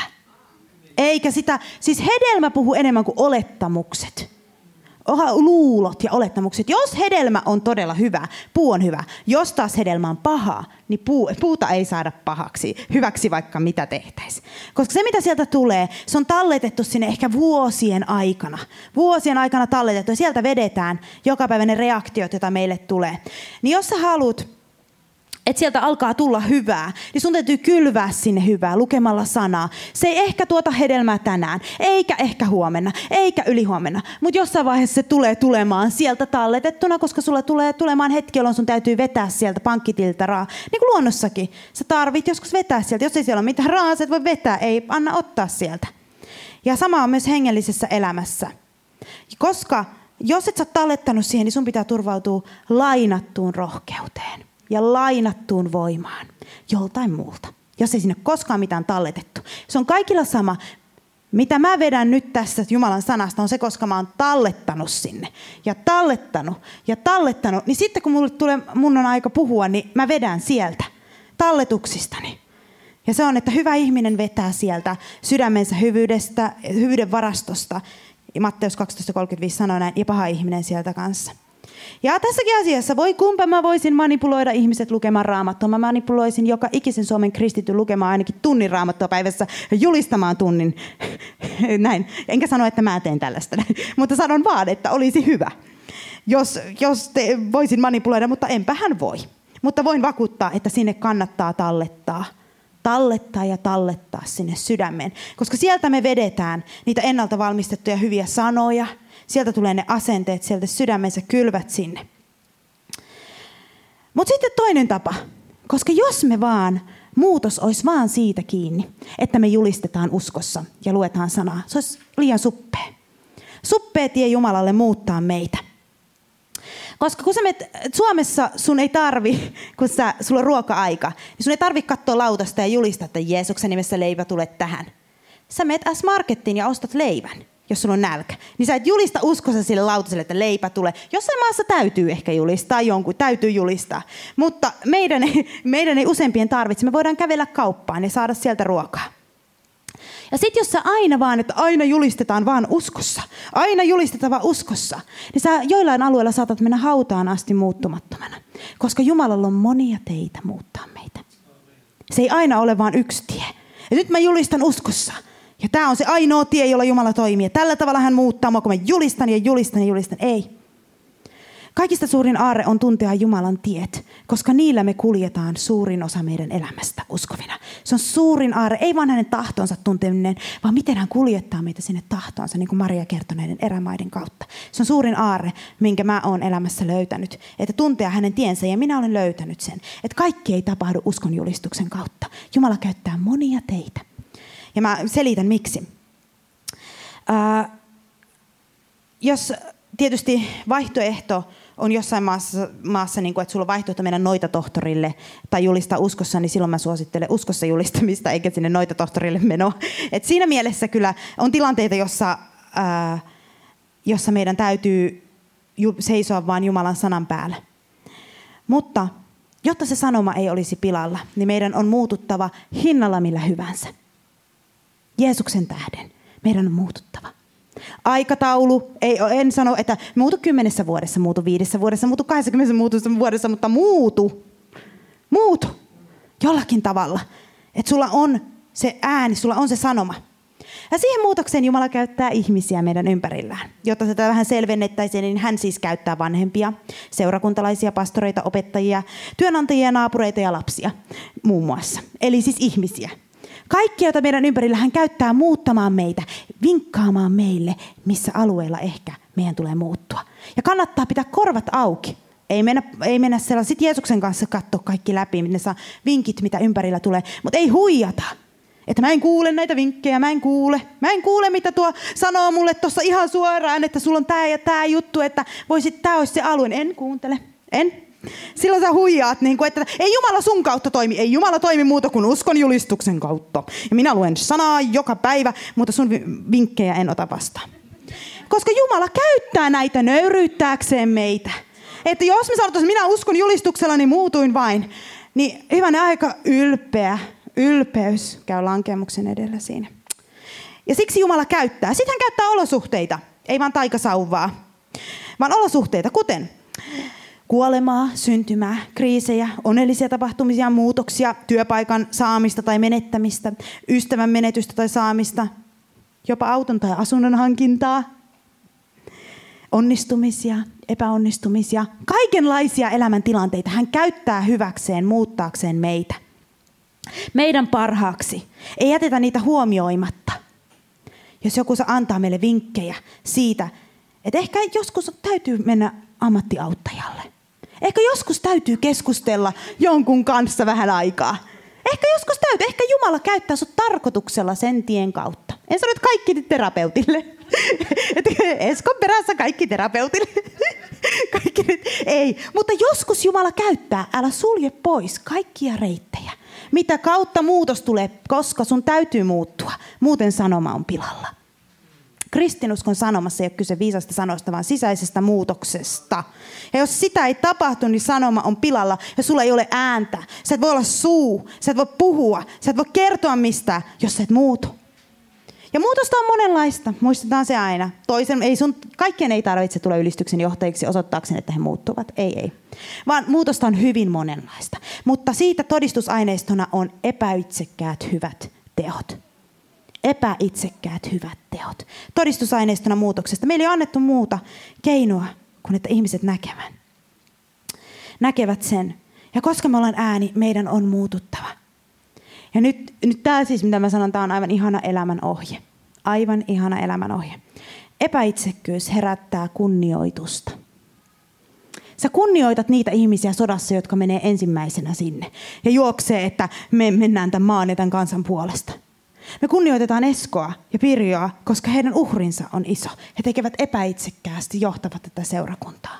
Eikä sitä, siis hedelmä puhuu enemmän kuin olettamukset. Luulot ja olettamukset. Jos hedelmä on todella hyvä, puu on hyvä. Jos taas hedelmä on paha, niin puu, puuta ei saada pahaksi, hyväksi vaikka mitä tehtäisiin. Koska se mitä sieltä tulee, se on talletettu sinne ehkä vuosien aikana. Vuosien aikana talletettu ja sieltä vedetään jokapäiväinen reaktiot, joita meille tulee. Niin jos sä haluat, että sieltä alkaa tulla hyvää, niin sun täytyy kylvää sinne hyvää lukemalla sanaa. Se ei ehkä tuota hedelmää tänään, eikä ehkä huomenna, eikä ylihuomenna. Mutta jossain vaiheessa se tulee tulemaan sieltä talletettuna, koska sulla tulee tulemaan hetki, jolloin sun täytyy vetää sieltä pankkitililtä rahaa. Niin kuin luonnossakin. Sä tarvit joskus vetää sieltä. Jos ei siellä ole mitään rahaa, sä et voi vetää. Ei, anna ottaa sieltä. Ja sama on myös hengellisessä elämässä. Koska jos et sä ole tallettanut siihen, niin sun pitää turvautua lainattuun rohkeuteen ja lainattuun voimaan joltain muulta, jos ei sinne koskaan mitään talletettu. Se on kaikilla sama. Mitä mä vedän nyt tässä Jumalan sanasta on se, koska mä oon tallettanut sinne ja tallettanut ja tallettanut, niin sitten kun mulle tulee, mun on aika puhua, niin mä vedän sieltä talletuksistani. Ja se on, että hyvä ihminen vetää sieltä sydämensä hyvyydestä, hyvyyden varastosta. Ja Matteus kaksitoista kolmekymmentäviisi sanoo näin, ja paha ihminen sieltä kanssa. Ja tässäkin asiassa, voi kumpa mä voisin manipuloida ihmiset lukemaan Raamattua. Mä manipuloisin joka ikisen Suomen kristityn lukemaan ainakin tunnin Raamattua päivässä ja julistamaan tunnin. Näin. Enkä sano, että mä teen tällaista, mutta sanon vaan, että olisi hyvä, jos, jos te voisin manipuloida, mutta enpähän voi. Mutta voin vakuuttaa, että sinne kannattaa tallettaa. Tallettaa ja tallettaa sinne sydämeen, koska sieltä me vedetään niitä ennalta valmistettuja hyviä sanoja. Sieltä tulee ne asenteet, sieltä sydämensä kylvät sinne. Mutta sitten toinen tapa, koska jos me vaan, muutos olisi vaan siitä kiinni, että me julistetaan uskossa ja luetaan sanaa, se olisi liian suppea. Suppea tie Jumalalle muuttaa meitä. Koska kun sä menet Suomessa, sun ei tarvi, kun sä, sulla on ruoka-aika, niin sun ei tarvi katsoa lautasta ja julistaa, että Jeesuksen nimessä leipä tulee tähän. Sä menet S-Markettiin ja ostat leivän, jos sulla on nälkä. Niin sä et julista uskossa sille lautaselle, että leipä tulee. Jossain maassa täytyy ehkä julistaa, jonkun täytyy julistaa. Mutta meidän ei, meidän ei useimpien tarvitse. Me voidaan kävellä kauppaan ja saada sieltä ruokaa. Ja sit jos sä aina vaan, että aina julistetaan vaan uskossa, aina julistetaan vaan uskossa, niin sä joillain alueilla saatat mennä hautaan asti muuttumattomana. Koska Jumalalla on monia teitä muuttaa meitä. Se ei aina ole vaan yksi tie. Ja nyt mä julistan uskossa. Ja tää on se ainoa tie, jolla Jumala toimii. Ja tällä tavalla hän muuttaa mua, kun mä julistan ja julistan ja julistan. Ei. Kaikista suurin aarre on tuntea Jumalan tiet, koska niillä me kuljetaan suurin osa meidän elämästä uskovina. Se on suurin aarre, ei vaan hänen tahtonsa tunteminen, vaan miten hän kuljettaa meitä sinne tahtonsa, niin kuin Maria kertoi näiden erämaiden kautta. Se on suurin aarre, minkä mä oon elämässä löytänyt, että tuntea hänen tiensä, ja minä olen löytänyt sen, että kaikki ei tapahdu uskonjulistuksen kautta. Jumala käyttää monia teitä. Ja mä selitän miksi. Äh, jos tietysti vaihtoehto on jossain maassa, maassa niin kuin, että sulla on vaihtoehto mennä noitatohtorille tai julistaa uskossa, niin silloin mä suosittelen uskossa julistamista eikä sinne noitatohtorille menoa. Et siinä mielessä kyllä on tilanteita, jossa, ää, jossa meidän täytyy ju- seisoa vaan Jumalan sanan päällä. Mutta jotta se sanoma ei olisi pilalla, niin meidän on muututtava hinnalla millä hyvänsä. Jeesuksen tähden meidän on muututtava. Aikataulu, ei, en sano, että muutu kymmenessä vuodessa, muutu viidessä vuodessa, muutu kahdeksankymmenessä vuodessa, mutta muutu. Muutu. Jollakin tavalla. Että sulla on se ääni, sulla on se sanoma. Ja siihen muutokseen Jumala käyttää ihmisiä meidän ympärillään. Jotta tätä vähän selvennettäisiin, niin hän siis käyttää vanhempia, seurakuntalaisia, pastoreita, opettajia, työnantajia, naapureita ja lapsia muun muassa. Eli siis ihmisiä. Kaikki, joita meidän ympärillä hän käyttää muuttamaan meitä, vinkkaamaan meille, missä alueella ehkä meidän tulee muuttua. Ja kannattaa pitää korvat auki. Ei mennä, ei mennä siellä sit Jeesuksen kanssa katsoa kaikki läpi, ne saa vinkit, mitä ympärillä tulee. Mutta ei huijata. Että mä en kuule näitä vinkkejä, mä en kuule. Mä en kuule, mitä tuo sanoo mulle tuossa ihan suoraan, että sulla on tää ja tää juttu, että voisit, tää olisi se alue. En kuuntele, en. Silloin sä huijaat, niin kuin, että ei Jumala sun kautta toimi, ei Jumala toimi muuta kuin uskon julistuksen kautta. Ja minä luen sanaa joka päivä, mutta sun vinkkejä en ota vastaan. Koska Jumala käyttää näitä nöyryyttääkseen meitä. Että jos me sanotaan, että minä uskon julistuksella, niin muutuin vain. Niin hyvänä aika ylpeä, ylpeys käy lankemuksen edellä siinä. Ja siksi Jumala käyttää. Sitten hän käyttää olosuhteita, ei vaan taikasauvaa, vaan olosuhteita, kuten kuolemaa, syntymää, kriisejä, onnellisia tapahtumisia, muutoksia, työpaikan saamista tai menettämistä, ystävän menetystä tai saamista, jopa auton tai asunnon hankintaa, onnistumisia, epäonnistumisia, kaikenlaisia elämäntilanteita. Hän käyttää hyväkseen, muuttaakseen meitä. Meidän parhaaksi. Ei jätetä niitä huomioimatta. Jos joku antaa meille vinkkejä siitä, että ehkä joskus täytyy mennä ammattiauttajalle. Ehkä joskus täytyy keskustella jonkun kanssa vähän aikaa. Ehkä joskus täytyy. Ehkä Jumala käyttää sut tarkoituksella sen tien kautta. En sano, että kaikki terapeutille. Eskon perässä kaikki terapeutille. Kaikki nyt. Ei. Mutta joskus Jumala käyttää. Älä sulje pois kaikkia reittejä. Mitä kautta muutos tulee, koska sun täytyy muuttua. Muuten sanoma on pilalla. Kristinuskon sanomassa ei ole kyse viisasta sanoista, vaan sisäisestä muutoksesta. Ja jos sitä ei tapahtu, niin sanoma on pilalla ja sulla ei ole ääntä. Sä et voi olla suu, sä et voi puhua, sä et voi kertoa mistään, jos sä et muutu. Ja muutosta on monenlaista, muistetaan se aina. Toisen, ei sun, kaikkien ei tarvitse tulla ylistyksen johtajiksi osoittaakseen, että he muuttuvat. Ei, ei. Vaan muutosta on hyvin monenlaista. Mutta siitä todistusaineistona on epäitsekkäät hyvät teot. Epäitsekkäät hyvät teot. Todistusaineistona muutoksesta. Meillä ei ole annettu muuta keinoa kuin että ihmiset näkevät. Näkevät sen. Ja koska me ollaan ääni, meidän on muututtava. Ja nyt, nyt tämä siis, mitä mä sanon, tämä on aivan ihana elämän ohje. Aivan ihana elämän ohje. Epäitsekkyys herättää kunnioitusta. Sä kunnioitat niitä ihmisiä sodassa, jotka menee ensimmäisenä sinne. Ja juoksee, että me mennään tämän maan ja tämän kansan puolesta. Me kunnioitetaan Eskoa ja Pirjoa, koska heidän uhrinsa on iso. He tekevät epäitsekkäästi, johtavat tätä seurakuntaa.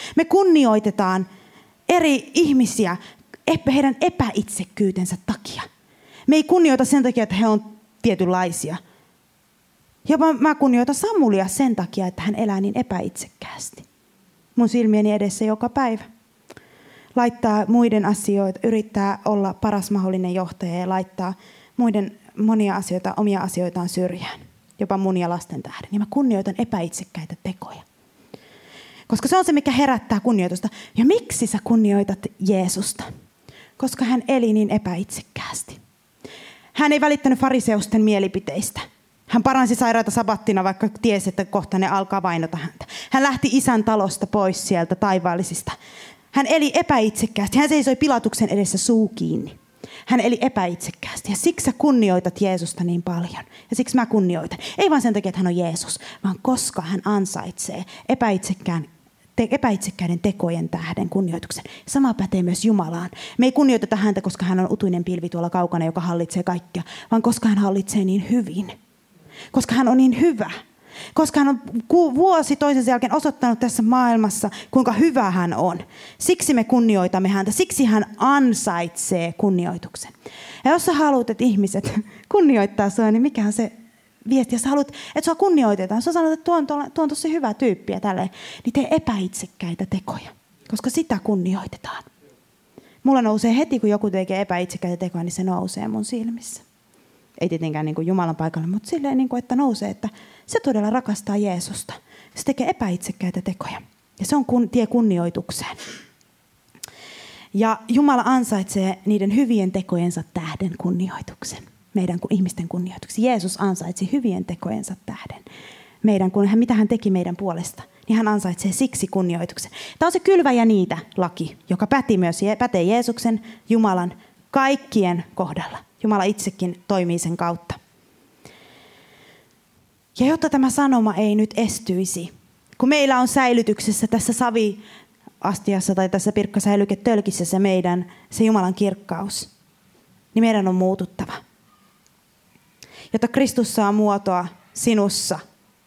Me kunnioitetaan eri ihmisiä heidän epäitsekkyytensä takia. Me ei kunnioita sen takia, että he on tietynlaisia. Jopa mä kunnioitan Samulia sen takia, että hän elää niin epäitsekkäästi. Mun silmieni edessä joka päivä. Laittaa muiden asioita, yrittää olla paras mahdollinen johtaja ja laittaa muiden monia asioita, omia asioitaan syrjään. Jopa mun ja lasten tähden. Niin mä kunnioitan epäitsekkäitä tekoja. Koska se on se, mikä herättää kunnioitusta. Ja miksi sä kunnioitat Jeesusta? Koska hän eli niin epäitsekkäästi. Hän ei välittänyt fariseusten mielipiteistä. Hän paransi sairaita sabattina, vaikka tiesi, että kohta ne alkaa vainota häntä. Hän lähti isän talosta pois sieltä taivaallisista. Hän eli epäitsekkäästi. Hän seisoi Pilatuksen edessä suu kiinni. Hän eli epäitsekkäästi. Ja siksi sä kunnioitat Jeesusta niin paljon. Ja siksi mä kunnioitan. Ei vain sen takia, että hän on Jeesus, vaan koska hän ansaitsee epäitsekkään Te, epäitsekkäiden tekojen tähden kunnioituksen. Sama pätee myös Jumalaan. Me ei kunnioiteta häntä, koska hän on utuinen pilvi tuolla kaukana, joka hallitsee kaikkea, vaan koska hän hallitsee niin hyvin. Koska hän on niin hyvä. Koska hän on vuosi toisensa jälkeen osoittanut tässä maailmassa, kuinka hyvä hän on. Siksi me kunnioitamme häntä. Siksi hän ansaitsee kunnioituksen. Ja jos sä haluat, että ihmiset kunnioittaa sua, niin mikä on se viesti, jos haluat, että sua kunnioitetaan, jos sanot, että tuo on, tuo on tosi hyvä tyyppi ja tälleen, niin tee epäitsekkäitä tekoja, koska sitä kunnioitetaan. Mulla nousee heti, kun joku tekee epäitsekkäitä tekoja, niin se nousee mun silmissä. Ei tietenkään niin kuin Jumalan paikalla, mutta silleen, niin kuin, että nousee, että se todella rakastaa Jeesusta. Se tekee epäitsekkäitä tekoja. Ja se on kun, tie kunnioitukseen. Ja Jumala ansaitsee niiden hyvien tekojensa tähden kunnioituksen. Meidän ihmisten kunnioituksi. Jeesus ansaitsi hyvien tekojensa tähden. Meidän, kun hän, mitä hän teki meidän puolesta, niin hän ansaitsee siksi kunnioituksen. Tämä on se kylvä ja niitä laki, joka päti myös, pätee Jeesuksen, Jumalan, kaikkien kohdalla. Jumala itsekin toimii sen kautta. Ja jotta tämä sanoma ei nyt estyisi, kun meillä on säilytyksessä tässä saviastiassa tai tässä pirkkasäilyketölkissä se meidän, se Jumalan kirkkaus, niin meidän on muututtava. Jotta Kristus saa muotoa sinussa.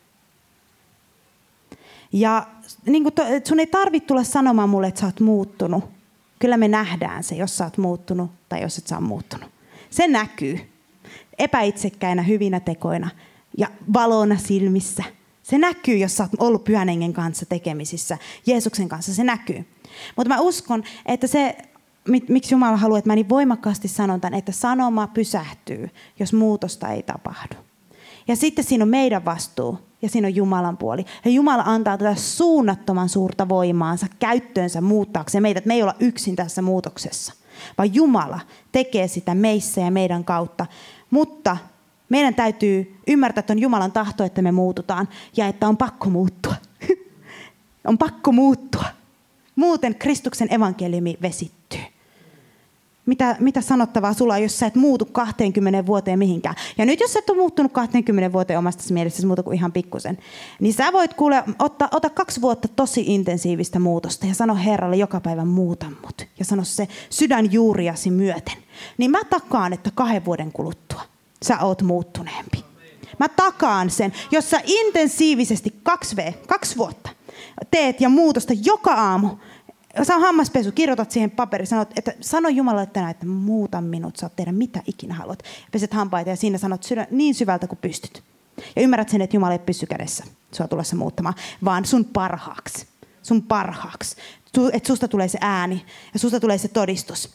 Ja niin kuin to, sun ei tarvitse tulla sanomaan mulle, että sä oot muuttunut. Kyllä me nähdään se, jos sä oot muuttunut tai jos et sä oot muuttunut. Se näkyy epäitsekkäinä hyvinä tekoina ja valona silmissä. Se näkyy, jos sä oot ollut Pyhän Hengen kanssa tekemisissä, Jeesuksen kanssa, se näkyy. Mutta mä uskon, että se, miksi Jumala haluaa, että mä niin voimakkaasti sanon tämän, että sanoma pysähtyy, jos muutosta ei tapahdu. Ja sitten siinä on meidän vastuu ja siinä on Jumalan puoli. Ja Jumala antaa tätä suunnattoman suurta voimaansa käyttöönsä muuttaakseen meitä, että me ei olla yksin tässä muutoksessa. Vaan Jumala tekee sitä meissä ja meidän kautta. Mutta meidän täytyy ymmärtää, että on Jumalan tahto, että me muututaan ja että on pakko muuttua. On pakko muuttua. Muuten Kristuksen evankeliumi vesittyy. Mitä, mitä sanottavaa sulla on, jos sä et muutu kaksikymmentä vuoteen mihinkään. Ja nyt jos sä et ole muuttunut kaksikymmentä vuoteen omasta mielessäsi muuta kuin ihan pikkusen, niin sä voit kuule ottaa, ota kaksi vuotta tosi intensiivistä muutosta ja sano Herralle joka päivä muuta mut. Ja sano se sydän juuriasi myöten. Niin mä takaan, että kahden vuoden kuluttua sä oot muuttuneempi. Mä takaan sen, jos sä intensiivisesti kaksi, v, kaksi vuotta teet ja muutosta joka aamu. Sä on hammaspesu, kirjoitat siihen paperiin, sanot, että sano Jumalalle tänään, että muuta minut, saat tehdä mitä ikinä haluat. Peset hampaita ja siinä sanot sydän, niin syvältä kuin pystyt. Ja ymmärrät sen, että Jumala ei pysy kädessä sua tullessa muuttamaan, vaan sun parhaaksi. Sun parhaaksi. Että susta tulee se ääni ja susta tulee se todistus.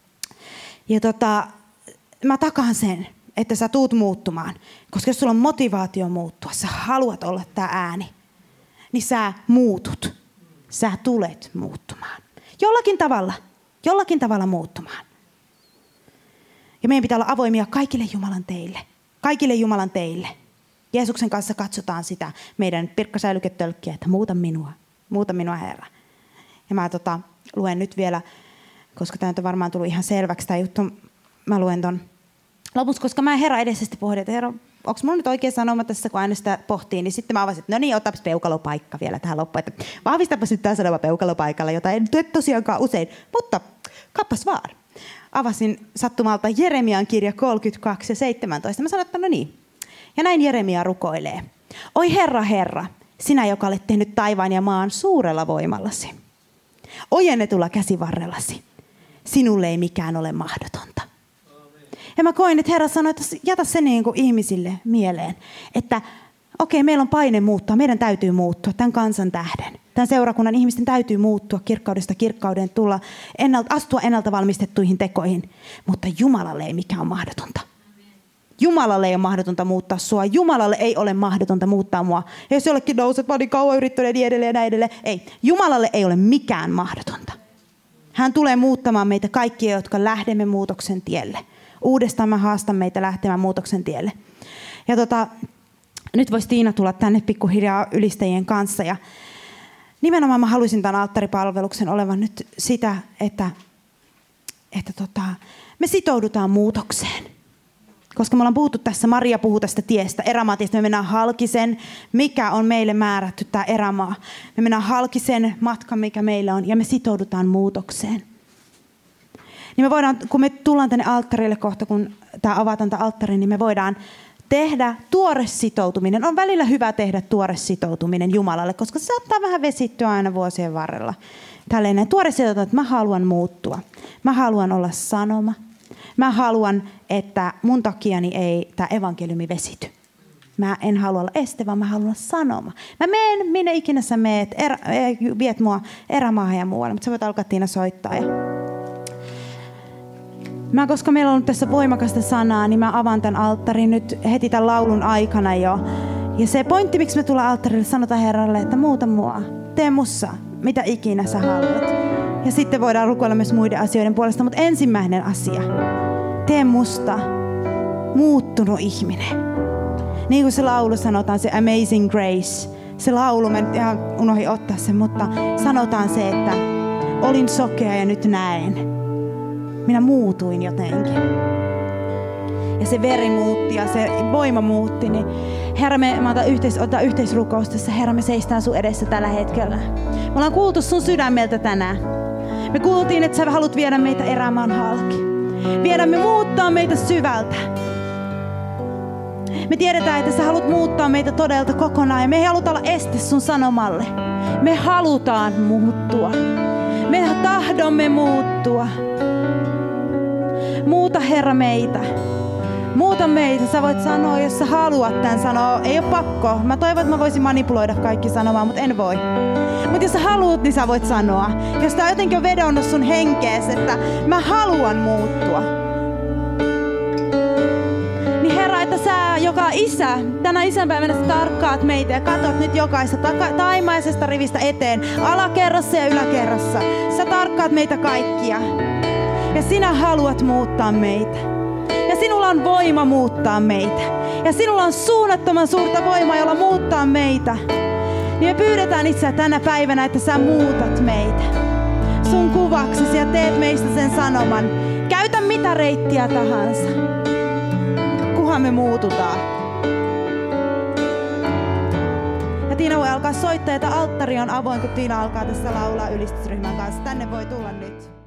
Ja tota, mä takaan sen, että sä tuut muuttumaan. Koska jos sulla on motivaatio muuttua, sä haluat olla tää ääni, niin sä muutut. Sä tulet muuttumaan. Jollakin tavalla. Jollakin tavalla muuttumaan. Ja meidän pitää olla avoimia kaikille Jumalan teille. Kaikille Jumalan teille. Jeesuksen kanssa katsotaan sitä meidän pirkkasäilyketölkkiä, että muuta minua. Muuta minua, Herra. Ja mä tota, luen nyt vielä, koska tämä on varmaan tullut ihan selväksi tämä juttu. Mä luen ton lopuksi, koska mä Herra edellisesti pohdin, että Herra, onko mulla nyt oikein sanoma tässä, kun aina sitä pohtii, niin sitten mä avasin, että no niin, otapas peukalopaikka vielä tähän loppuun. Että vahvistapas nyt tämä sanoma peukalopaikalla, jota en tue tosiaankaan usein, mutta kappas vaan. Avasin sattumalta Jeremian kirja kolmekymmentäkaksi ja seitsemäntoista. Mä sanoin, että no niin. Ja näin Jeremia rukoilee. Oi Herra, Herra, sinä, joka olet tehnyt taivaan ja maan suurella voimallasi. Ojennetulla käsivarrellasi. Sinulle ei mikään ole mahdotonta. Ja mä koin, että Herra sanoi, että jätä se niin kuin ihmisille mieleen, että okei, meillä on paine muuttaa, meidän täytyy muuttua tämän kansan tähden. Tämän seurakunnan ihmisten täytyy muuttua kirkkaudesta kirkkauden, tulla ennalta, astua ennalta valmistettuihin tekoihin. Mutta Jumalalle ei mikään ole mahdotonta. Jumalalle ei ole mahdotonta muuttaa sua. Jumalalle ei ole mahdotonta muuttaa mua. Ja jos jollekin nouset, mä olin kauan yrittänyt niin edelleen ja näin edelleen. Ei. Jumalalle ei ole mikään mahdotonta. Hän tulee muuttamaan meitä kaikkia, jotka lähdemme muutoksen tielle. Uudestaan mä haastan meitä lähtemään muutoksen tielle. Ja tota, nyt voisi Tiina tulla tänne pikkuhiljaa ylistäjien kanssa. Ja nimenomaan mä haluaisin tämän alttaripalveluksen olevan nyt sitä, että, että tota, me sitoudutaan muutokseen. Koska me ollaan puhuttu tässä, Maria puhuu tästä tiestä, erämaatiestä. Me mennään halki sen, mikä on meille määrätty tämä erämaa. Me mennään halki sen matkan, mikä meillä on, ja me sitoudutaan muutokseen. Niin me voidaan, kun me tullaan tänne alttarille kohta, kun tämä avataan tämä alttari, niin me voidaan tehdä tuore sitoutuminen. On välillä hyvä tehdä tuore sitoutuminen Jumalalle, koska se saattaa vähän vesittyä aina vuosien varrella. Tällainen tuore sitoutuminen, että mä haluan muuttua. Mä haluan olla sanoma. Mä haluan, että mun takiani ei tämä evankeliumi vesity. Mä en halua olla este, vaan mä haluan olla sanoma. Mä menen, minne ikinä sä meet, erä, viet mua erämaahan ja muualle, mutta sä voit alkaa Tiina soittaa. Ja mä, koska meillä on ollut tässä voimakasta sanaa, niin mä avaan tämän alttarin nyt heti tämän laulun aikana jo. Ja se pointti, miksi me tullaan alttarille, sanotaan Herralle, että muuta mua. Tee mussa, mitä ikinä sä haluat. Ja sitten voidaan rukoilla myös muiden asioiden puolesta, mutta ensimmäinen asia. Tee musta muuttunut ihminen. Niin kuin se laulu sanotaan, se Amazing Grace. Se laulu, mä en ihan unohdin ottaa sen, mutta sanotaan se, että olin sokea ja nyt näen. Minä muutuin jotenkin. Ja se veri muutti ja se voima muutti. Niin Herra, me, mä otan, yhteis, otan yhteisrukous tässä. Herra, me seistään sun edessä tällä hetkellä. Me ollaan kuultu sun sydämeltä tänään. Me kuultiin, että sä haluat viedä meitä erämaan halki. Viedä me muuttaa meitä syvältä. Me tiedetään, että sä haluat muuttaa meitä todelta kokonaan. Ja me ei haluta olla este sun sanomalle. Me halutaan muuttua. Me tahdomme muuttua. Muuta Herra meitä. Muuta meitä. Sä voit sanoa, jos sä haluat tämän sanoa. Ei ole pakko. Mä toivon, että mä voisin manipuloida kaikki sanomaan, mutta en voi. Mutta jos sä haluat, niin sä voit sanoa. Jos tää jotenkin on vedonnut sun henkees, että mä haluan muuttua. Niin Herra, että sä, joka isä, tänä isänpäivänä sä tarkkaat meitä ja katot nyt jokaista taka- taimaisesta rivistä eteen, alakerrassa ja yläkerrassa. Sä tarkkaat meitä kaikkia. Ja sinä haluat muuttaa meitä. Ja sinulla on voima muuttaa meitä. Ja sinulla on suunnattoman suurta voimaa, jolla muuttaa meitä. Niin me pyydetään itseä tänä päivänä, että sä muutat meitä sun kuvaksesi ja teet meistä sen sanoman. Käytä mitä reittiä tahansa, kunhan me muututaan. Ja Tiina voi alkaa soittaa, että alttari on avoin, kun Tiina alkaa tässä laulaa ylistysryhmän kanssa. Tänne voi tulla nyt.